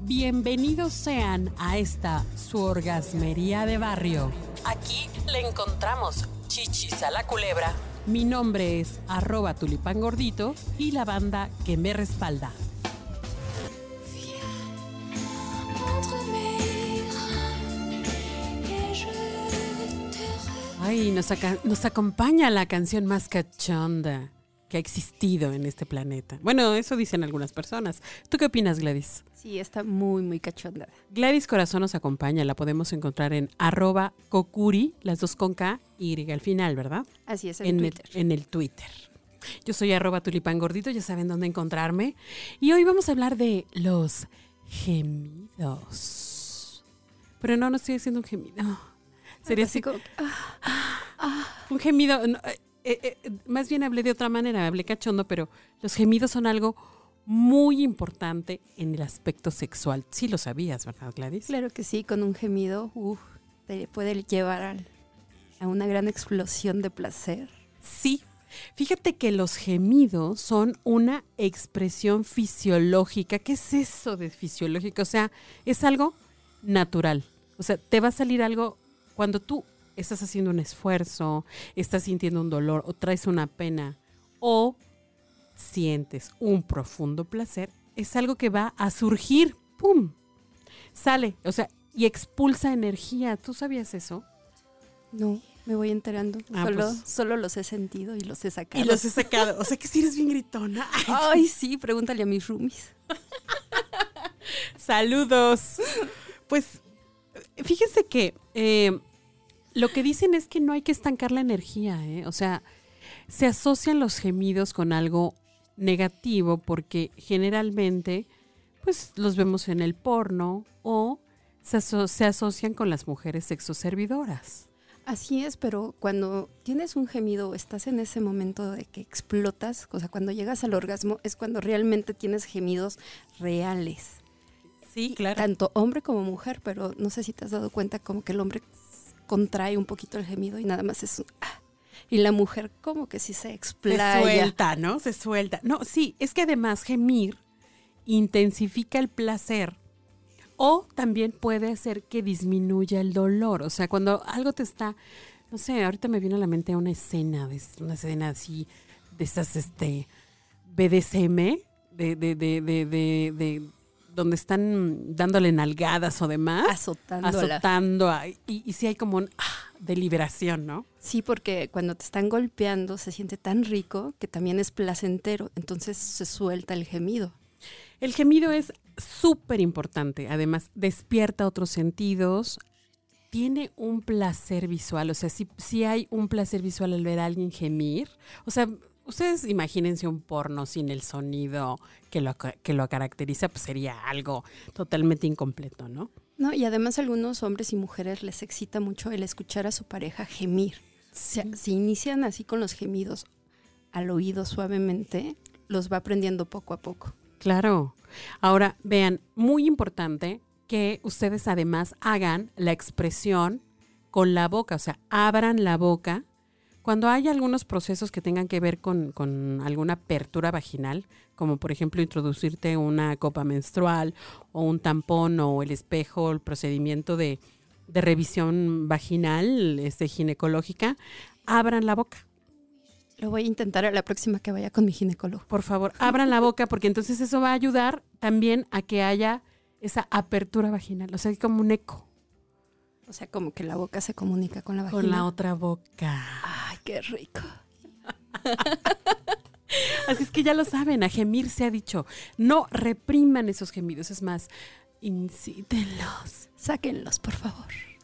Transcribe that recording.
Bienvenidos sean a esta su orgasmería de barrio. Aquí le encontramos chichis a la culebra. Mi nombre es @tulipangordito y la banda que me respalda. Ay, nos acompaña la canción más cachonda que ha existido en este planeta. Bueno, eso dicen algunas personas. ¿Tú qué opinas, Gladys? Sí, está muy, muy cachonda. Gladys Corazón nos acompaña, la podemos encontrar en @Kokuri, las dos con K y al final, ¿verdad? Así es, en Twitter. En el Twitter. Yo soy @tulipangordito, ya saben dónde encontrarme. Y hoy vamos a hablar de los gemidos. Pero no estoy haciendo un gemido. Sería así como... Un gemido... No, más bien hablé de otra manera, hablé cachondo, pero los gemidos son algo muy importante en el aspecto sexual. Sí lo sabías, ¿verdad, Gladys? Claro que sí, con un gemido te puede llevar a una gran explosión de placer. Sí, fíjate que los gemidos son una expresión fisiológica. ¿Qué es eso de fisiológico? O sea, es algo natural. O sea, te va a salir algo cuando tú estás haciendo un esfuerzo, estás sintiendo un dolor o traes una pena o sientes un profundo placer, es algo que va a surgir, ¡pum! Sale, o sea, y expulsa energía. ¿Tú sabías eso? No, me voy enterando. Solo los he sentido y los he sacado. Y los he sacado. O sea que si eres bien gritona. Ay, sí, pregúntale a mis roomies. Saludos. Pues, fíjense que... lo que dicen es que no hay que estancar la energía, ¿eh? O sea, se asocian los gemidos con algo negativo porque generalmente pues los vemos en el porno o se asocian con las mujeres sexoservidoras. Así es, pero cuando tienes un gemido, estás en ese momento de que explotas, o sea, cuando llegas al orgasmo es cuando realmente tienes gemidos reales. Sí, claro. Tanto hombre como mujer, pero no sé si te has dado cuenta como que el hombre contrae un poquito el gemido y nada más es y la mujer como que sí se explaya. Se suelta, ¿no? Se suelta. No, sí, es que además gemir intensifica el placer o también puede hacer que disminuya el dolor. O sea, cuando algo te está, no sé, ahorita me viene a la mente una escena así de esas BDSM, de donde están dándole nalgadas o demás. Azotando. Y sí hay como de liberación, ¿no? Sí, porque cuando te están golpeando se siente tan rico que también es placentero. Entonces se suelta el gemido. El gemido es súper importante. Además, despierta otros sentidos. Tiene un placer visual. O sea, si hay un placer visual al ver a alguien gemir. O sea... Ustedes imagínense un porno sin el sonido que lo caracteriza, pues sería algo totalmente incompleto, ¿no? No, y además a algunos hombres y mujeres les excita mucho el escuchar a su pareja gemir. Sí. O sea, si inician así con los gemidos al oído suavemente, los va aprendiendo poco a poco. Claro. Ahora, vean, muy importante que ustedes además hagan la expresión con la boca, o sea, abran la boca. Cuando hay algunos procesos que tengan que ver con alguna apertura vaginal, como por ejemplo introducirte una copa menstrual o un tampón o el espejo, el procedimiento de revisión vaginal ginecológica, abran la boca. Lo voy a intentar a la próxima que vaya con mi ginecólogo. Por favor, abran la boca porque entonces eso va a ayudar también a que haya esa apertura vaginal, o sea, como un eco. O sea, como que la boca se comunica con la vagina. Con la otra boca. ¡Ay, qué rico! Así es que ya lo saben, a gemir se ha dicho. No repriman esos gemidos, es más, incítenlos. Sáquenlos, por favor.